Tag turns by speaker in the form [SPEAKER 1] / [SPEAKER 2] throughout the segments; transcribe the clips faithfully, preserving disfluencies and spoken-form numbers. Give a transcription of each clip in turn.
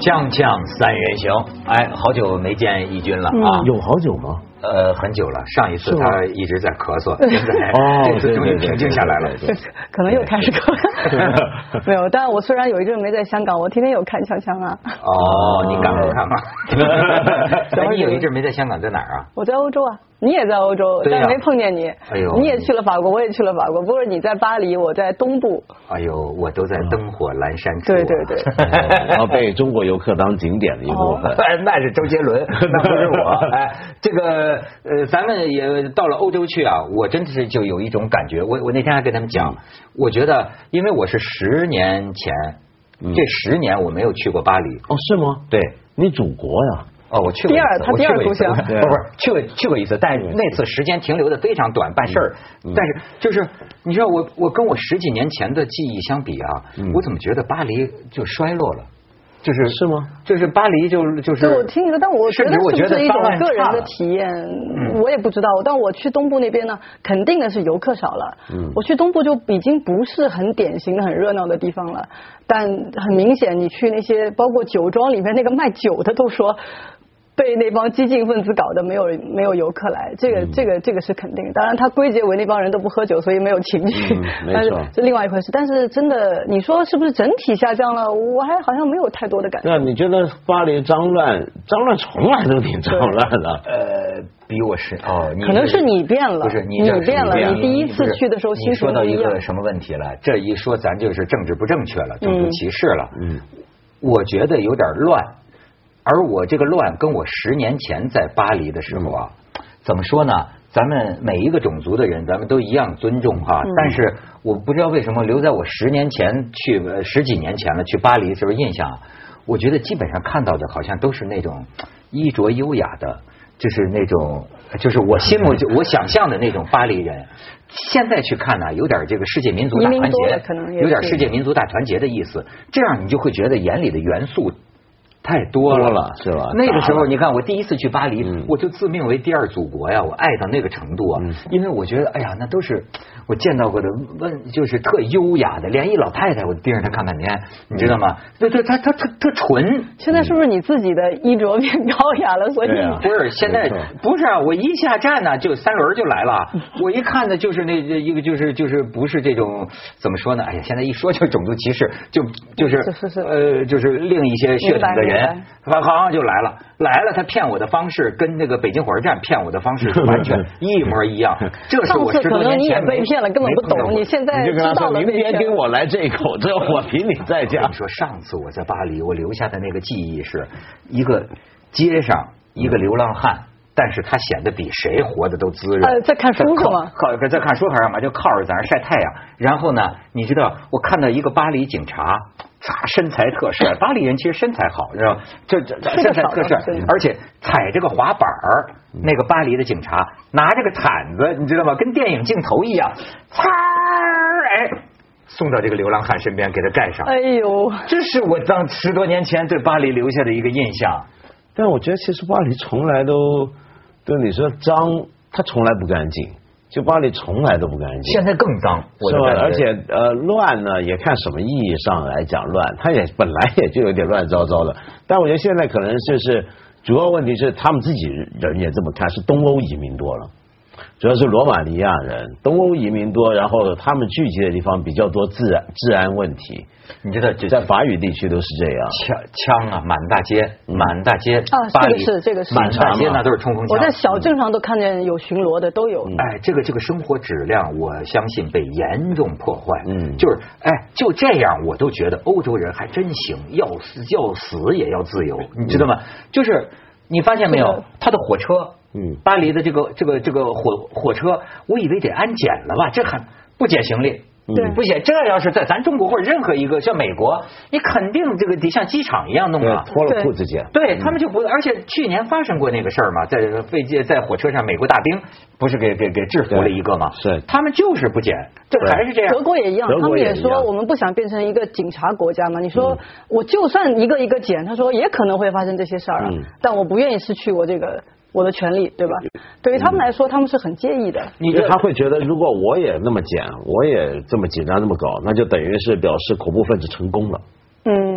[SPEAKER 1] 锵锵三人行，哎，好久没见义军了啊！
[SPEAKER 2] 有好久吗？
[SPEAKER 1] 呃，很久了。上一次他一直在咳嗽，现在这次终于平静下来了。
[SPEAKER 3] 可能又开始咳。没有，但我虽然有一阵没在香港，我天天有看锵锵啊。
[SPEAKER 1] 哦，你敢不看吗？哎，你有一阵没在香港，在哪儿啊？
[SPEAKER 3] 我在欧洲啊。你也在欧洲，但没碰见你。哎呦，你也去了法国，我也去了法国。不过你在巴黎，我在东部。
[SPEAKER 1] 哎呦，我都在灯火阑珊处。
[SPEAKER 3] 对对对。
[SPEAKER 2] 然后被中国游客当景点的一部分。
[SPEAKER 1] 那是周杰伦，那不是我。哎，这个呃，咱们也到了欧洲去啊，我真的是就有一种感觉。我我那天还跟他们讲，我觉得，因为我是十年前，这十年我没有去过巴黎。
[SPEAKER 2] 哦，是吗？
[SPEAKER 1] 对，
[SPEAKER 2] 你祖国呀。
[SPEAKER 1] 哦，我去过一次，
[SPEAKER 3] 他第二故乡，
[SPEAKER 1] 不不是去过去过一次，但是那次时间停留的非常短，办事儿。但是就是你知道，我我跟我十几年前的记忆相比啊，我怎么觉得巴黎就衰落了？就是
[SPEAKER 2] 是吗？
[SPEAKER 1] 就是巴黎就就是。
[SPEAKER 3] 对，我听你说，但我觉得是不是一种个人的体验？我也不知道。但我去东部那边呢，肯定的是游客少了。嗯，我去东部就已经不是很典型的、很热闹的地方了。但很明显，你去那些包括酒庄里面那个卖酒的都说。被那帮激进分子搞得没有没有游客来，这个、嗯、这个这个是肯定的。当然，他归结为那帮人都不喝酒，所以没有情绪，
[SPEAKER 2] 嗯、
[SPEAKER 3] 但是是另外一回事。但是真的，你说是不是整体下降了？我还好像没有太多的感觉。
[SPEAKER 2] 那你觉得巴黎脏乱？脏乱从来都挺脏乱的。
[SPEAKER 1] 呃，比我是哦，
[SPEAKER 3] 可能是你变了，
[SPEAKER 1] 不是你
[SPEAKER 3] 你变了。你第一次去的时候，
[SPEAKER 1] 你说到一个什么问题了？这一说，咱就是政治不正确了，种族歧视了。嗯，我觉得有点乱。而我这个乱跟我十年前在巴黎的时候啊，怎么说呢？咱们每一个种族的人，咱们都一样尊重哈。但是我不知道为什么留在我十年前去十几年前了去巴黎的时候印象，我觉得基本上看到的好像都是那种衣着优雅的，就是那种就是我心目就我想象的那种巴黎人。现在去看呢，有点这个世界民族大团结，有点世界民族大团结的意思。这样你就会觉得眼里的元素。太多了，
[SPEAKER 2] 多了是吧？
[SPEAKER 1] 那个时候，你看我第一次去巴黎，嗯、我就自命为第二祖国呀，我爱到那个程度啊！嗯、因为我觉得，哎呀，那都是我见到过的，问就是特优雅的，连一老太太我盯着她看半天，你知道吗？对对，她她特特纯。
[SPEAKER 3] 现在是不是你自己的衣着变高雅了？所以、
[SPEAKER 1] 啊、不是现在不是啊，我一下站呢，就三轮就来了。我一看呢，就是那一个就是就是不是这种怎么说呢？哎呀，现在一说就种族歧视，就就是
[SPEAKER 3] 是是是
[SPEAKER 1] 呃，就是另一些血统的人。人，好像就来了，来了，他骗我的方式跟那个北京火车站骗我的方式完全一模一样。这是我十多年前
[SPEAKER 3] 被骗了，根本不懂。你现在
[SPEAKER 2] 知道了，您别跟我来这一口，这我比你在家。
[SPEAKER 1] 你说上次我在巴黎，我留下的那个记忆是一个街上一个流浪汉。但是他显得比谁活得都滋润。
[SPEAKER 3] 呃，在看书是吗？
[SPEAKER 1] 靠，在看书还是嘛？就靠着在那晒太阳。然后呢，你知道，我看到一个巴黎警察，他身材特帅。巴黎人其实身材好，知道吗？这这身材特帅，而且踩这个滑板儿，那个巴黎的警察拿着个毯子，你知道吗？跟电影镜头一样，擦，哎。送到这个流浪汉身边，给他盖上。
[SPEAKER 3] 哎呦，
[SPEAKER 1] 这是我当十多年前对巴黎留下的一个印象。
[SPEAKER 2] 但我觉得其实巴黎从来都，对你说脏，它从来不干净，就巴黎从来都不干净。
[SPEAKER 1] 现在更脏，
[SPEAKER 2] 是吧？而且呃，乱呢也看什么意义上来讲乱，它也本来也就有点乱糟糟的。但我觉得现在可能就是主要问题是他们自己人也这么看，是东欧移民多了。主要是罗马尼亚人，东欧移民多，然后他们聚集的地方比较多治安治安问题。你知道，在法语地区都是这样，
[SPEAKER 1] 枪枪啊，满大街，满大街
[SPEAKER 3] 啊，这个是这个是
[SPEAKER 1] 满大街那都是冲锋枪。
[SPEAKER 3] 我在小镇上都看见有巡逻的，都有。
[SPEAKER 1] 哎，这个这个生活质量，我相信被严重破坏。嗯，就是哎，就这样，我都觉得欧洲人还真行，要死要死也要自由，你知道吗？就是你发现没有，他的火车。嗯，巴黎的这个这个这个火火车，我以为得安检了吧？这还不检行李，对，不检。这要是在咱中国或者任何一个像美国，你肯定这个得像机场一样弄啊，
[SPEAKER 2] 脱了裤子检。
[SPEAKER 1] 对他们就不，而且去年发生过那个事儿嘛，在飞机在火车上，美国大兵不是给给给制服了一个吗？
[SPEAKER 2] 是，
[SPEAKER 1] 他们就是不检，这还是这样。
[SPEAKER 3] 德国也一样，他们也说我们不想变成一个警察国家嘛。你说我就算一个一个检，他说也可能会发生这些事儿啊，但我不愿意失去我这个。我的权利，对吧？对于他们来说，他们是很介意的。
[SPEAKER 2] 你他会觉得，如果我也那么检，我也这么紧张，这么搞，那就等于是表示恐怖分子成功了。嗯，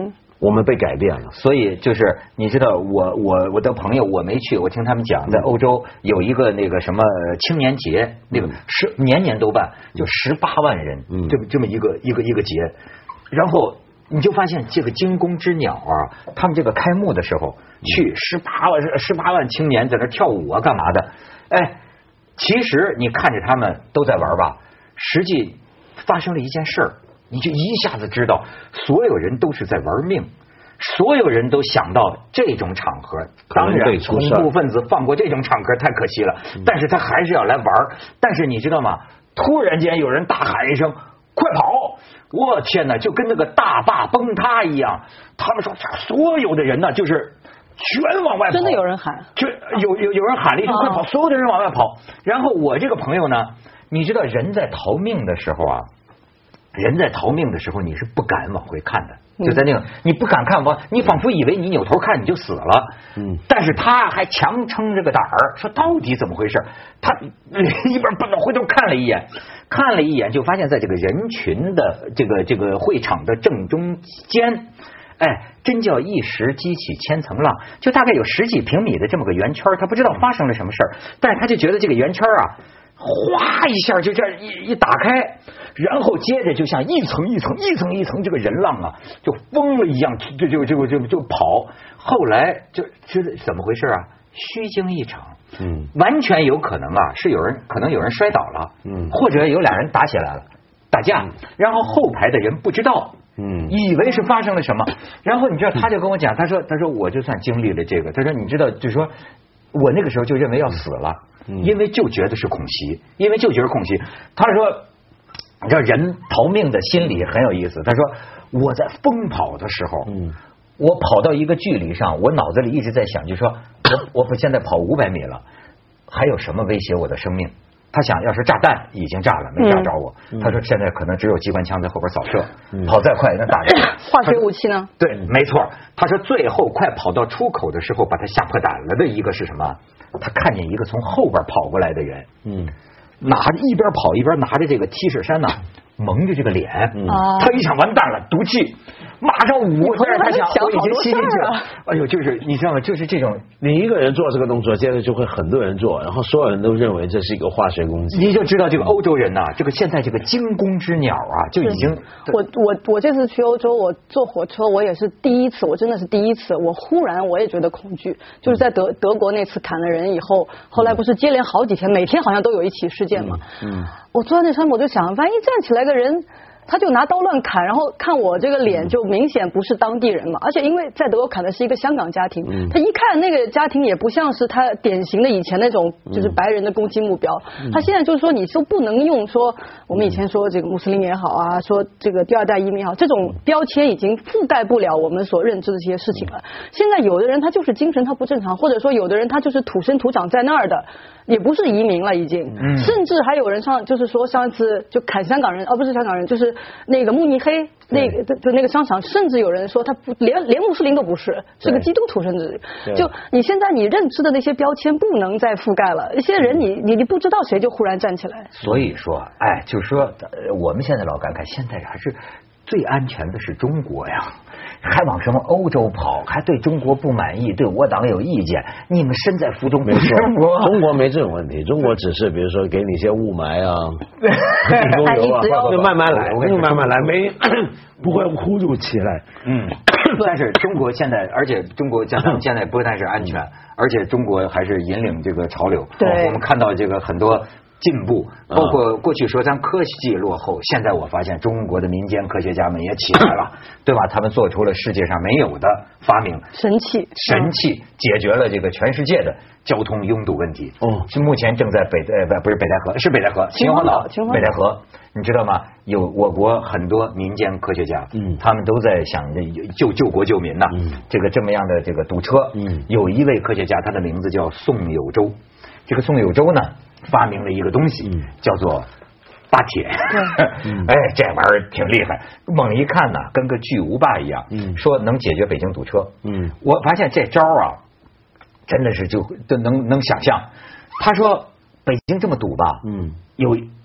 [SPEAKER 2] 我们被改变了。
[SPEAKER 1] 所以就是你知道，我我我的朋友我没去，我听他们讲，在欧洲有一个那个什么青年节，那个是年年都办，就十八万人，这么这么一个一个一个节，然后你就发现这个惊弓之鸟啊，他们这个开幕的时候去十八万十八万青年在那跳舞啊干嘛的，哎，其实你看着他们都在玩吧，实际发生了一件事儿。你就一下子知道，所有人都是在玩命，所有人都想到这种场合，当然恐怖分子放过这种场合太可惜了，但是他还是要来玩。但是你知道吗？突然间有人大喊一声快跑，我天哪，就跟那个大坝崩塌一样。他们说所有的人呢就是全往外跑，
[SPEAKER 3] 真的有人喊，
[SPEAKER 1] 就有有有人喊了一声快跑，所有的人往外跑。然后我这个朋友呢，你知道人在逃命的时候啊，人在逃命的时候，你是不敢往回看的，就在那个你不敢看往，你仿佛以为你扭头看你就死了。嗯，但是他还强撑着个胆儿，说到底怎么回事？他一边不能回头看了一眼，看了一眼就发现在这个人群的这个这个会场的正中间，哎，真叫一时激起千层浪，就大概有十几平米的这么个圆圈，他不知道发生了什么事儿，但是他就觉得这个圆圈啊。哗一下就这样一一打开，然后接着就像一层一层一层一层这个人浪啊，就疯了一样，就就就就就跑。后来就就是怎么回事啊？虚惊一场，嗯，完全有可能啊，是有人可能有人摔倒了，嗯，或者有俩人打起来了，打架，然后后排的人不知道。嗯，以为是发生了什么，然后你知道他就跟我讲，他说他说我就算经历了这个，他说你知道就是说我那个时候就认为要死了。因为就觉得是恐袭，因为就觉得恐袭。他说，你知道人逃命的心理很有意思。他说我在疯跑的时候，嗯，我跑到一个距离上，我脑子里一直在想，就说我我现在跑五百米了，还有什么威胁我的生命？他想要是炸弹已经炸了，没炸着我。嗯、他说现在可能只有机关枪在后边扫射，嗯、跑再快那打人。
[SPEAKER 3] 化学武器呢？
[SPEAKER 1] 对，没错。他说最后快跑到出口的时候，把他吓破胆了的一个是什么？他看见一个从后边跑过来的人，嗯，拿着一边跑一边拿着这个 T 恤衫呐、啊，蒙着这个脸，嗯，他一想完蛋了，毒气，马上捂，但是他想我已经吸进去了，哎呦，就是你知道吗？就是这种，
[SPEAKER 2] 你一个人做这个动作，接着就会很多人做，然后所有人都认为这是一个化学攻击，
[SPEAKER 1] 你就知道这个欧洲人呐、啊，这个现在这个惊弓之鸟啊，就已经，
[SPEAKER 3] 我我我这次去欧洲，我坐火车，我也是第一次，我真的是第一次，我忽然我也觉得恐惧，就是在德德国那次砍了人以后，后来不是接连好几天，每天好像都有一起事件嘛，嗯，嗯我坐在那上面我就想，万一站起来个人。他就拿刀乱砍，然后看我这个脸就明显不是当地人嘛，而且因为在德国砍的是一个香港家庭，嗯、他一看那个家庭也不像是他典型的以前那种就是白人的攻击目标，嗯、他现在就是说你就不能用说我们以前说这个穆斯林也好啊，说这个第二代移民也好，这种标签已经覆盖不了我们所认知的这些事情了。现在有的人他就是精神他不正常，或者说有的人他就是土生土长在那儿的，也不是移民了已经，嗯、甚至还有人上就是说上一次就砍香港人，而、哦、不是香港人就是。那个慕尼黑那个的那个商场，甚至有人说他不连连穆斯林都不是，是个基督徒，甚至就你现在你认知的那些标签不能再覆盖了，一些人你你你不知道谁就忽然站起来。
[SPEAKER 1] 所以说，哎，就是说我们现在老感慨，现在还是最安全的是中国呀。还往什么欧洲跑，还对中国不满意，对我党有意见，你们身在福中不知福。
[SPEAKER 2] 中国没这种问题，中国只是比如说给你一些雾霾啊、地沟油啊，就慢慢来，我跟你慢慢来，没不会忽悠起来。嗯，
[SPEAKER 1] 但是中国现在，而且中国现在现在不但是安全，而且中国还是引领这个潮流。
[SPEAKER 3] 对，
[SPEAKER 1] 我们看到这个很多。进步，包括过去说咱科技落后，现在我发现中国的民间科学家们也起来了，对吧？他们做出了世界上没有的发明，
[SPEAKER 3] 神器，
[SPEAKER 1] 神器解决了这个全世界的交通拥堵问题。哦，是目前正在北呃不不是北戴河，是北戴河秦皇岛北戴河，你知道吗？有我国很多民间科学家，嗯，他们都在想着救救国救民呐、啊，嗯，这个这么样的这个堵车，嗯，有一位科学家，他的名字叫宋有周，这个宋有周呢。发明了一个东西，嗯、叫做巴铁。嗯、哎，这玩意儿挺厉害。猛一看呢，跟个巨无霸一样。嗯、说能解决北京堵车。嗯，我发现这招啊，真的是就就能能想象。他说北京这么堵吧，嗯，有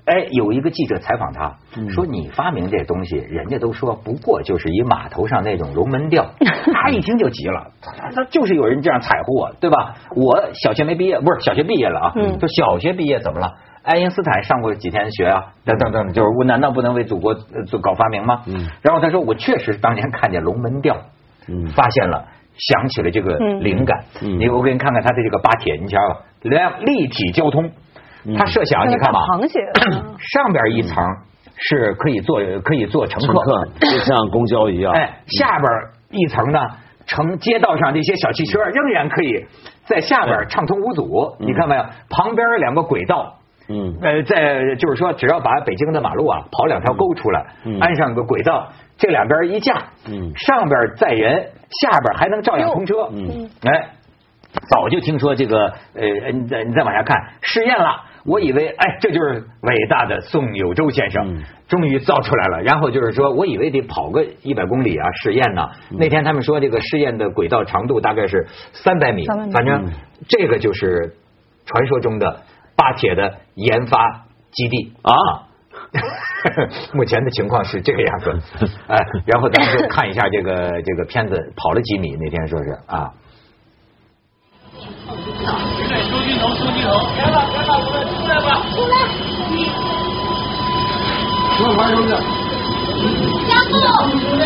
[SPEAKER 1] 哎，有一个记者采访他，说你发明这东西，人家都说不过就是一码头上那种龙门吊。他一听就急了，他他就是有人这样踩唬我，对吧？我小学没毕业，不是小学毕业了啊，就小学毕业怎么了？爱因斯坦上过几天学啊？等等等，就是我难道不能为祖国做搞发明吗？然后他说我确实当年看见龙门吊，发现了。想起了这个灵感，嗯、你我给你看看他的这个巴铁，你瞧，立体交通，他设想、嗯、你看吧，
[SPEAKER 3] 螃蟹
[SPEAKER 1] 上边一层是可以坐可以坐乘客，乘
[SPEAKER 2] 客就像公交一样，
[SPEAKER 1] 哎，下边一层呢，乘街道上这些小汽车仍然可以在下边畅通无阻，嗯、你看没有？旁边两个轨道。嗯，呃，在就是说，只要把北京的马路啊刨两条沟出来，嗯、安上个轨道，这两边一架，嗯，上边载人，下边还能照样通车，嗯，哎，早就听说这个，呃，你再你再往下看，试验了，我以为，哎，这就是伟大的宋有周先生，嗯、终于造出来了。然后就是说我以为得跑个一百公里啊，试验呢。嗯、那天他们说这个试验的轨道长度大概是三百米，反正这个就是传说中的。巴铁的研发基地啊，目前的情况是这个样子，哎，然后咱们就看一下这个这个片子跑了几米，那天说是啊。对，收镜头，收镜头，来吧，来吧，我们出来吧，出来。多少兄弟？加速。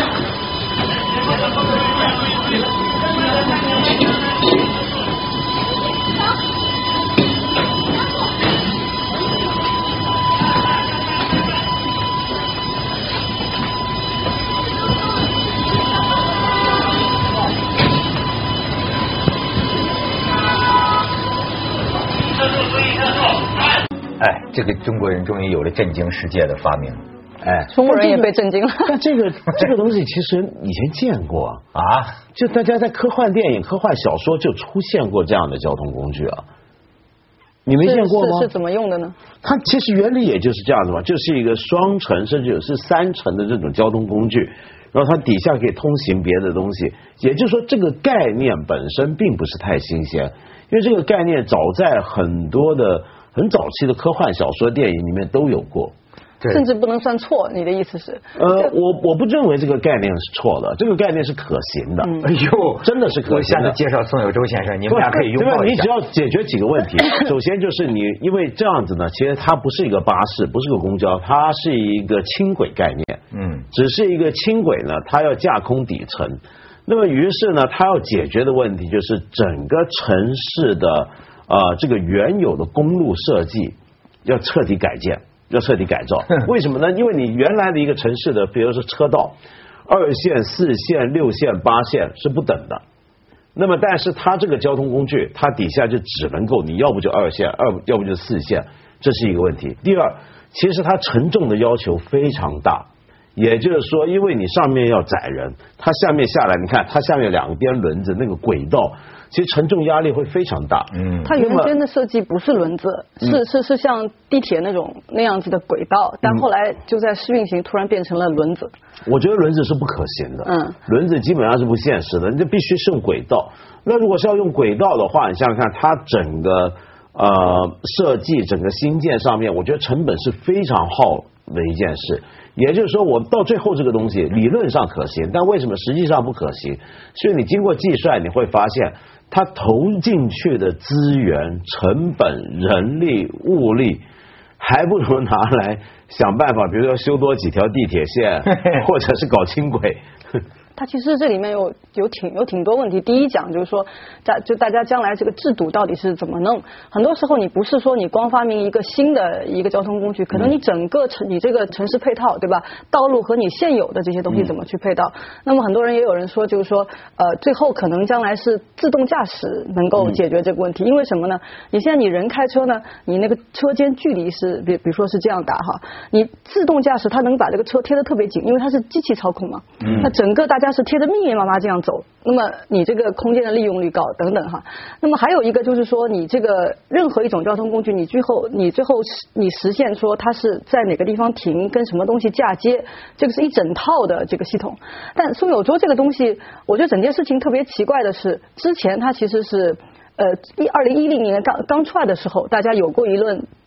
[SPEAKER 1] 哎，这个中国人终于有了震惊世界的发明，哎，
[SPEAKER 3] 中国人也被震惊了。
[SPEAKER 2] 但这个这个东西其实以前见过啊，就大家在科幻电影、科幻小说就出现过这样的交通工具啊。你没见过吗？
[SPEAKER 3] 是 是, 是怎么用的呢？
[SPEAKER 2] 它其实原理也就是这样子嘛，就是一个双层甚至是三层的这种交通工具，然后它底下可以通行别的东西。也就是说，这个概念本身并不是太新鲜，因为这个概念早在很多的很早期的科幻小说、电影里面都有过。
[SPEAKER 3] 甚至不能算错，你的意思是？
[SPEAKER 2] 呃，我我不认为这个概念是错的，这个概念是可行的。嗯、
[SPEAKER 1] 哎呦，
[SPEAKER 2] 真的是可行的。
[SPEAKER 1] 我下次介绍宋有周先生，你们俩可以拥抱一下。
[SPEAKER 2] 你只要解决几个问题，首先就是你，因为这样子呢，其实它不是一个巴士，不是个公交，它是一个轻轨概念。嗯，只是一个轻轨呢，它要架空底层。那么于是呢，它要解决的问题就是整个城市的呃这个原有的公路设计要彻底改建。要彻底改造，为什么呢？因为你原来的一个城市的，比如说车道，二线、四线、六线、八线是不等的。那么，但是它这个交通工具，它底下就只能够你要不就二线，二要不就四线，这是一个问题。第二，其实它承重的要求非常大，也就是说，因为你上面要载人，它下面下来，你看它下面两边轮子那个轨道。其实承重压力会非常大。嗯，
[SPEAKER 3] 它原先的设计不是轮子，是是是像地铁那种那样子的轨道，但后来就在试运行突然变成了轮子。
[SPEAKER 2] 我觉得轮子是不可行的。嗯，轮子基本上是不现实的，你这必须是用轨道。那如果是要用轨道的话，你想想看，它整个呃设计、整个新建上面，我觉得成本是非常耗的一件事。也就是说，我到最后这个东西理论上可行，但为什么实际上不可行？所以你经过计算，你会发现。它投进去的资源、成本、人力、物力，还不如拿来想办法，比如说修多几条地铁线，或者是搞轻轨。
[SPEAKER 3] 它其实这里面有有挺有挺多问题。第一讲就是说，大就大家将来这个制度到底是怎么弄？很多时候你不是说你光发明一个新的一个交通工具，可能你整个城你这个城市配套，对吧？道路和你现有的这些东西怎么去配套？嗯、那么很多人也有人说，就是说，呃，最后可能将来是自动驾驶能够解决这个问题。嗯、因为什么呢？你现在你人开车呢，你那个车间距离是比比如说是这样打哈，你自动驾驶它能把这个车贴得特别紧，因为它是机器操控嘛。嗯。那整个大家。是贴着密密麻麻这样走，那么你这个空间的利用率高等等哈。那么还有一个就是说，你这个任何一种交通工具，你最后你最后你实现说它是在哪个地方停，跟什么东西嫁接，这个是一整套的这个系统。但宋有周这个东西，我觉得整件事情特别奇怪的是，之前它其实是呃一二零一零年刚刚出来的时候，大家有过一论。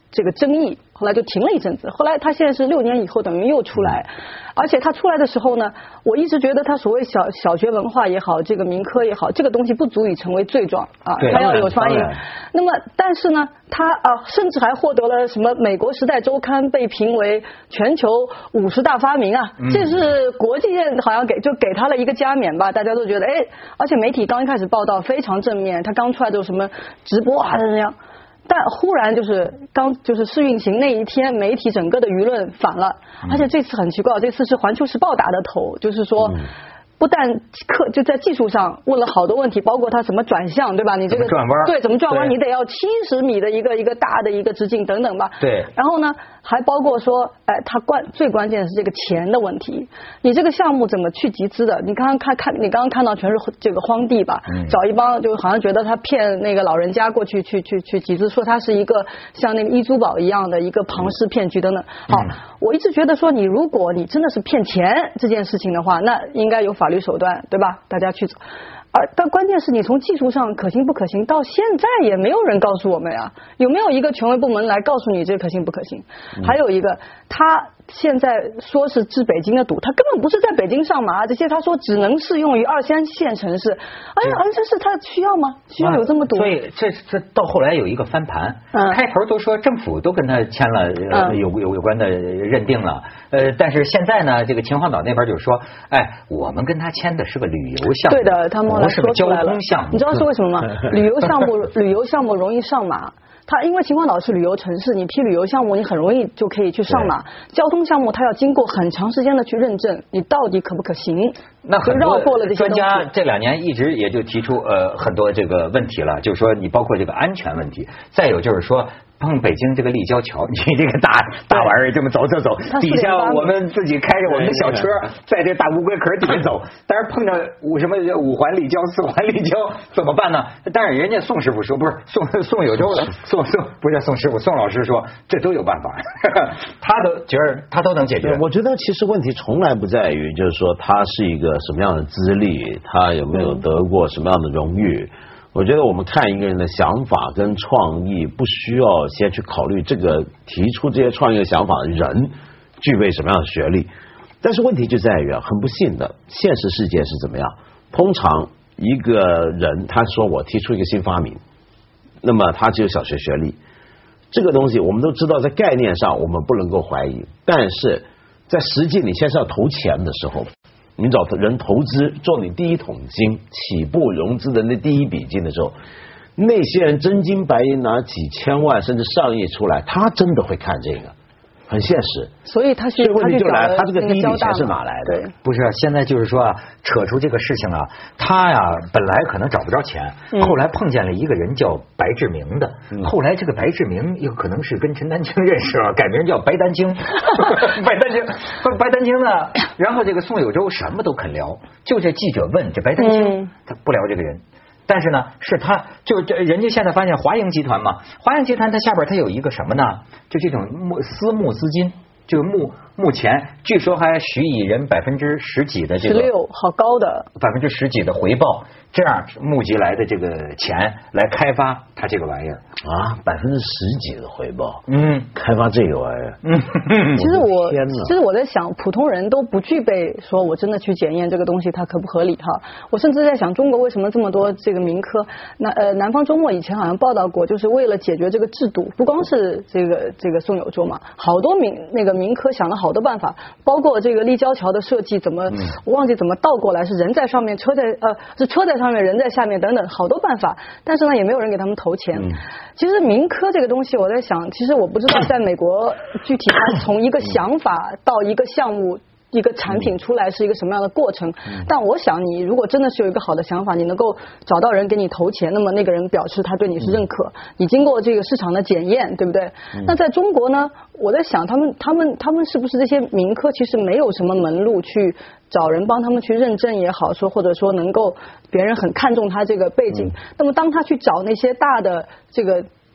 [SPEAKER 3] 这个争议，后来就停了一阵子。后来他现在是六年以后等于又出来，而且他出来的时候呢，我一直觉得他所谓小小学文化也好，这个民科也好，这个东西不足以成为罪状啊，他要有创意。那么但是呢，他啊甚至还获得了什么美国《时代周刊》被评为全球五十大发明啊，嗯、这是国际好像给就给他了一个加冕吧，大家都觉得哎，而且媒体刚一开始报道非常正面，他刚出来就什么直播啊这样。但忽然就是刚就是试运行那一天，媒体整个的舆论反了，而且这次很奇怪，这次是《环球时报》打的头，就是说。嗯不但课就在技术上问了好多问题，包括它怎么转向，对吧？你这个
[SPEAKER 1] 转弯，
[SPEAKER 3] 对，怎么转弯？你得要七十米的一个一个大的一个直径等等吧。
[SPEAKER 1] 对。
[SPEAKER 3] 然后呢，还包括说，哎，它关最关键的是这个钱的问题。你这个项目怎么去集资的？你刚刚看看，你刚刚看到全是这个荒地吧？嗯。找一帮就好像觉得他骗那个老人家过去去去去集资，说他是一个像那个易珠宝一样的一个庞氏骗局等等。好，嗯、我一直觉得说，你如果你真的是骗钱这件事情的话，那应该有法。法律手段对吧？大家去走，而但关键是你从技术上可行不可行，到现在也没有人告诉我们呀。有没有一个权威部门来告诉你这可行不可行？嗯、还有一个，他现在说是治北京的堵，他根本不是在北京上马，这些他说只能适用于二三线城市。哎呀，二三线市他需要吗？需要有这么堵？
[SPEAKER 1] 所以这这到后来有一个翻盘，嗯、开头都说政府都跟他签了、呃嗯、有有有关的认定了，呃，但是现在呢，这个秦皇岛那边就说，哎，我们跟他签的是个旅游项目，
[SPEAKER 3] 对的，他们后来说出来了。
[SPEAKER 1] 交通项目，
[SPEAKER 3] 你知道是为什么吗？旅游项目，旅游项目容易上马。它因为秦皇岛是旅游城市，你批旅游项目，你很容易就可以去上马。交通项目它要经过很长时间的去认证，你到底可不可行？
[SPEAKER 1] 那很
[SPEAKER 3] 绕过了这些
[SPEAKER 1] 专家这两年一直也就提出呃很多这个问题了，就是说你包括这个安全问题，再有就是说。碰北京这个立交桥，你这个大大玩意儿这么走走走，底下我们自己开着我们的小车，在这大乌龟壳底下走，但是碰着五什么五环立交、四环立交怎么办呢？但是人家宋师傅说，不是宋宋有洲的宋宋不是宋师傅，宋老师说这都有办法，他都觉得他都能解决。
[SPEAKER 2] 我觉得其实问题从来不在于就是说他是一个什么样的资历，他有没有得过什么样的荣誉。我觉得我们看一个人的想法跟创意，不需要先去考虑这个提出这些创意的想法的人具备什么样的学历。但是问题就在于啊，很不幸的，现实世界是怎么样？通常一个人他说我提出一个新发明，那么他只有小学学历，这个东西我们都知道，在概念上我们不能够怀疑，但是在实际你先是要投钱的时候。你找人投资做你第一桶金起步融资的那第一笔金的时候，那些人真金白银拿几千万甚至上亿出来，他真的会看这个，很现实。
[SPEAKER 3] 所以他
[SPEAKER 2] 是问题就来，他这个第一笔钱是哪来的？
[SPEAKER 3] 对，
[SPEAKER 1] 不是啊，现在就是说啊，扯出这个事情啊，他呀本来可能找不着钱，嗯、后来碰见了一个人叫白志明的，嗯、后来这个白志明有可能是跟陈丹青认识了，改名叫白丹青，白丹青，白丹青呢，然后这个宋有洲什么都肯聊，就这记者问这白丹青，嗯、他不聊这个人。但是呢，是他就这人家现在发现华盈集团嘛，华盈集团它下边它有一个什么呢？就这种募私募资金，这个募目前据说还许以人百分之十几的这个
[SPEAKER 3] 十六，好高的
[SPEAKER 1] 百分之十几的回报，这样募集来的这个钱来开发它这个玩意儿
[SPEAKER 2] 啊，百分之十几的回报，嗯，开发这个玩意儿，嗯，
[SPEAKER 3] 其实我其实我在想，普通人都不具备说我真的去检验这个东西它可不合理哈。我甚至在想，中国为什么这么多这个民科？南呃南方周末以前好像报道过，就是为了解决这个制度，不光是这个这个宋有洲嘛，好多民那个民科想了好多办法，包括这个立交桥的设计怎么、嗯、我忘记怎么倒过来，是人在上面，车在呃是车在上面，人在下面等等，好多办法，但是呢也没有人给他们投钱。嗯、其实民科这个东西，我在想，其实我不知道在美国具体它从一个想法到一个项目。一个产品出来是一个什么样的过程？嗯、但我想，你如果真的是有一个好的想法，你能够找到人给你投钱，那么那个人表示他对你是认可，嗯、你经过这个市场的检验，对不对？嗯、那在中国呢？我在想，他们他们他们是不是这些民科其实没有什么门路去找人帮他们去认证也好，说或者说能够别人很看重他这个背景，嗯、那么当他去找那些大的这个。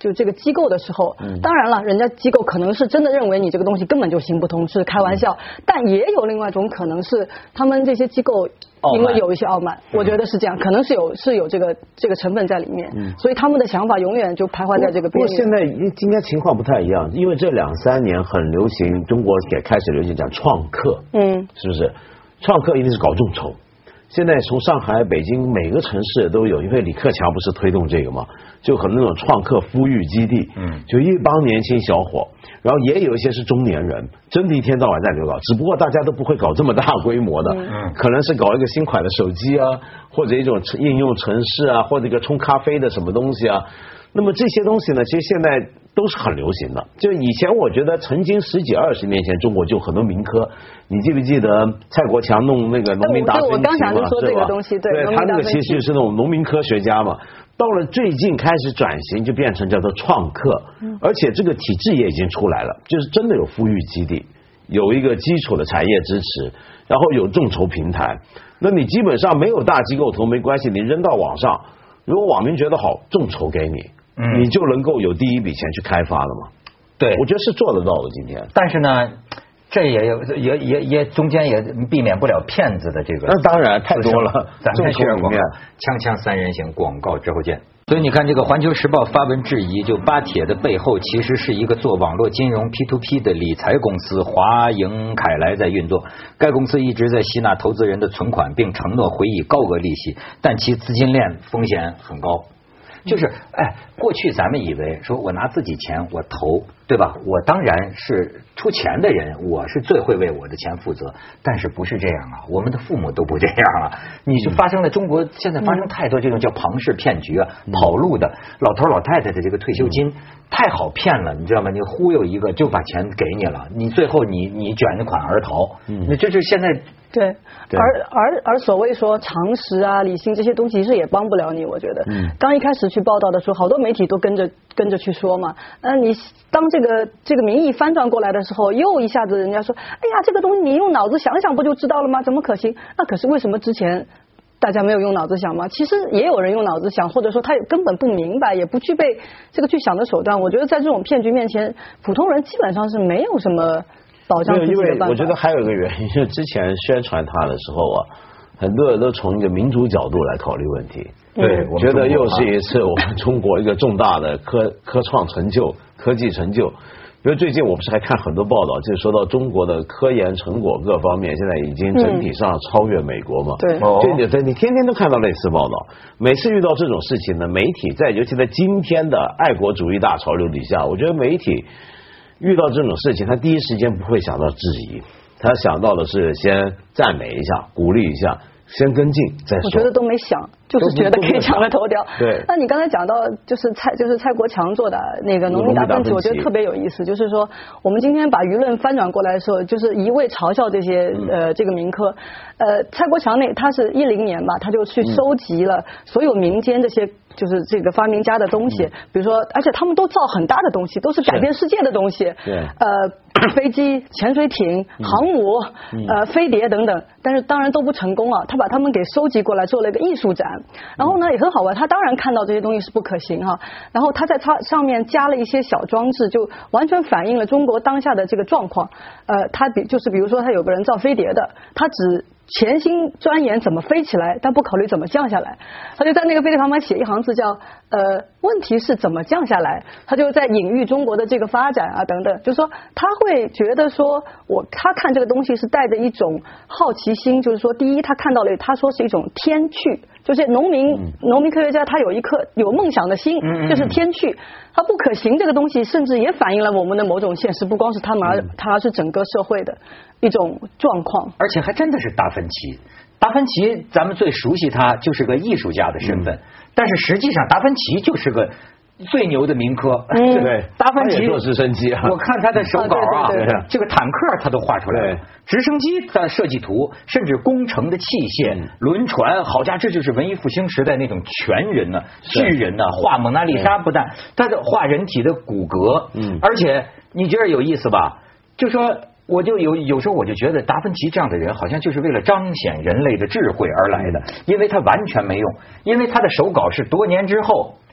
[SPEAKER 3] 就这个机构的时候，嗯、当然了，人家机构可能是真的认为你这个东西根本就行不通，是开玩笑，嗯、但也有另外一种可能是他们这些机构。因为有一些傲慢，我觉得是这样，可能是有是有这个这个成分在里面，嗯、所以他们的想法永远就徘徊在这个边缘。
[SPEAKER 2] 不过现在应该情况不太一样，因为这两三年很流行，中国也开始流行讲创客，嗯，是不是？创客一定是搞众筹。现在从上海、北京每个城市都有，因为李克强不是推动这个嘛，就很多那种创客孵育基地，嗯，就一帮年轻小伙，然后也有一些是中年人，真的一天到晚在流搞，只不过大家都不会搞这么大规模的，嗯，可能是搞一个新款的手机啊，或者一种应用程式啊，或者一个冲咖啡的什么东西啊。那么这些东西呢，其实现在都是很流行的。就以前我觉得曾经十几二十年前，中国就很多民科，你记不记得蔡国强弄那个农民大升旗嘛？
[SPEAKER 3] 我刚想就说这个东西，对，
[SPEAKER 2] 对他那个其实就是那种农民科学家嘛。到了最近开始转型，就变成叫做创客，而且这个体制也已经出来了，就是真的有孵育基地，有一个基础的产业支持，然后有众筹平台。那你基本上没有大机构投没关系，你扔到网上，如果网民觉得好，众筹给你。嗯，你就能够有第一笔钱去开发了嘛？
[SPEAKER 1] 对，
[SPEAKER 2] 我觉得是做得到的。今天，
[SPEAKER 1] 但是呢，这也有也也也中间也避免不了骗子的这个。
[SPEAKER 2] 那当然太多了。
[SPEAKER 1] 咱们学广告，锵锵三人行，广告之后见。所以你看，这个《环球时报》发文质疑，就巴铁的背后其实是一个做网络金融 P to P 的理财公司华盈凯莱在运作。该公司一直在吸纳投资人的存款，并承诺回以高额利息，但其资金链风险很高。就是哎，过去咱们以为说我拿自己钱我投，对吧？我当然是出钱的人，我是最会为我的钱负责。但是不是这样啊？我们的父母都不这样啊！你就发生了中国现在发生太多这种叫庞氏骗局啊，嗯、跑路的老头老太太的这个退休金、嗯、太好骗了，你知道吗？你忽悠一个就把钱给你了，你最后你你卷款而逃，嗯，那这是现在。
[SPEAKER 3] 对，而而而所谓说常识啊、理性这些东西，其实也帮不了你。我觉得，嗯，刚一开始去报道的时候，好多媒体都跟着跟着去说嘛。那你当这个这个民意翻转过来的时候，又一下子人家说，哎呀，这个东西你用脑子想想不就知道了吗？怎么可行？那可是为什么之前大家没有用脑子想吗？其实也有人用脑子想，或者说他根本不明白，也不具备这个去想的手段。我觉得在这种骗局面前，普通人基本上是没有什么。
[SPEAKER 2] 没有，因为我觉得还有一个原因，就是之前宣传它的时候啊，很多人都从一个民主角度来考虑问题。
[SPEAKER 1] 对，
[SPEAKER 2] 我觉得又是一次我们中国一个重大的科科创成就、科技成就。比如最近我不是还看很多报道，就说到中国的科研成果各方面，现在已经整体上超越美国嘛。
[SPEAKER 3] 对，
[SPEAKER 2] 就你你天天都看到类似报道，每次遇到这种事情呢，媒体在尤其在今天的爱国主义大潮流底下，我觉得媒体。遇到这种事情，他第一时间不会想到质疑，他想到的是先赞美一下、鼓励一下，先跟进再说。
[SPEAKER 3] 我觉得都没想，就是觉得可以抢了头条。
[SPEAKER 2] 对。
[SPEAKER 3] 那你刚才讲到就是蔡就是蔡国强做的那个农民大分歧，我觉得特别有意思。就是说，我们今天把舆论翻转过来的时候，就是一味嘲笑这些呃这个民科。呃，蔡国强那他是一零年吧，他就去收集了所有民间这些。就是这个发明家的东西，比如说，而且他们都造很大的东西，都是改变世界的东西。
[SPEAKER 2] 对。
[SPEAKER 3] 呃，飞机、潜水艇、航母、嗯、呃，飞碟等等，但是当然都不成功啊。他把他们给收集过来做了一个艺术展，然后呢也很好玩。他当然看到这些东西是不可行哈、啊，然后他在它上面加了一些小装置，就完全反映了中国当下的这个状况。呃，他比就是比如说，他有个人造飞碟的，他只。潜心钻研怎么飞起来，但不考虑怎么降下来。他就在那个飞碟旁边写一行字叫呃，问题是怎么降下来。他就在隐喻中国的这个发展啊等等，就是说他会觉得说我他看这个东西是带着一种好奇心，就是说第一他看到了，他说是一种天趣，就是农民、嗯、农民科学家他有一颗有梦想的心，就是天趣。他不可行这个东西，甚至也反映了我们的某种现实，不光是他们而他是整个社会的一种状况，
[SPEAKER 1] 而且还真的是达芬奇。达芬奇咱们最熟悉他就是个艺术家的身份，嗯、但是实际上达芬奇就是个最牛的民科。
[SPEAKER 2] 嗯、对，
[SPEAKER 1] 达芬奇
[SPEAKER 2] 做直升机啊，
[SPEAKER 1] 我看他的手稿啊，
[SPEAKER 3] 啊对对对
[SPEAKER 1] 这个坦克他都画出来了，直升机的设计图，甚至工程的器械、嗯、轮船，好家伙，这就是文艺复兴时代那种全人呢、啊、巨人呢、啊，画蒙娜丽莎不但他的画人体的骨骼，嗯，而且你觉得有意思吧？就说。我就有有时候我就觉得达芬奇这样的人好像就是为了彰显人类的智慧而来的，因为他完全没用，因为他的手稿是多年之后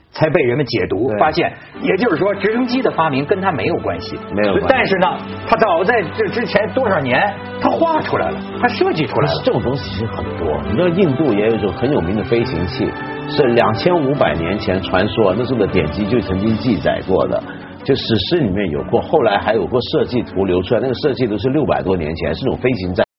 [SPEAKER 1] 才被人们解读，发现，也就是说，直升机的发明跟他没有关系，
[SPEAKER 2] 没有关系。
[SPEAKER 1] 但是呢，他早在这之前多少年，他画出来了，他设计出来了。
[SPEAKER 2] 这种东西其实很多。你知道，印度也有一种很有名的飞行器，是两千五百年前传说那时候的典籍就曾经记载过的，就史诗里面有过，后来还有过设计图流出来，那个设计都是六百多年前，是那种飞行战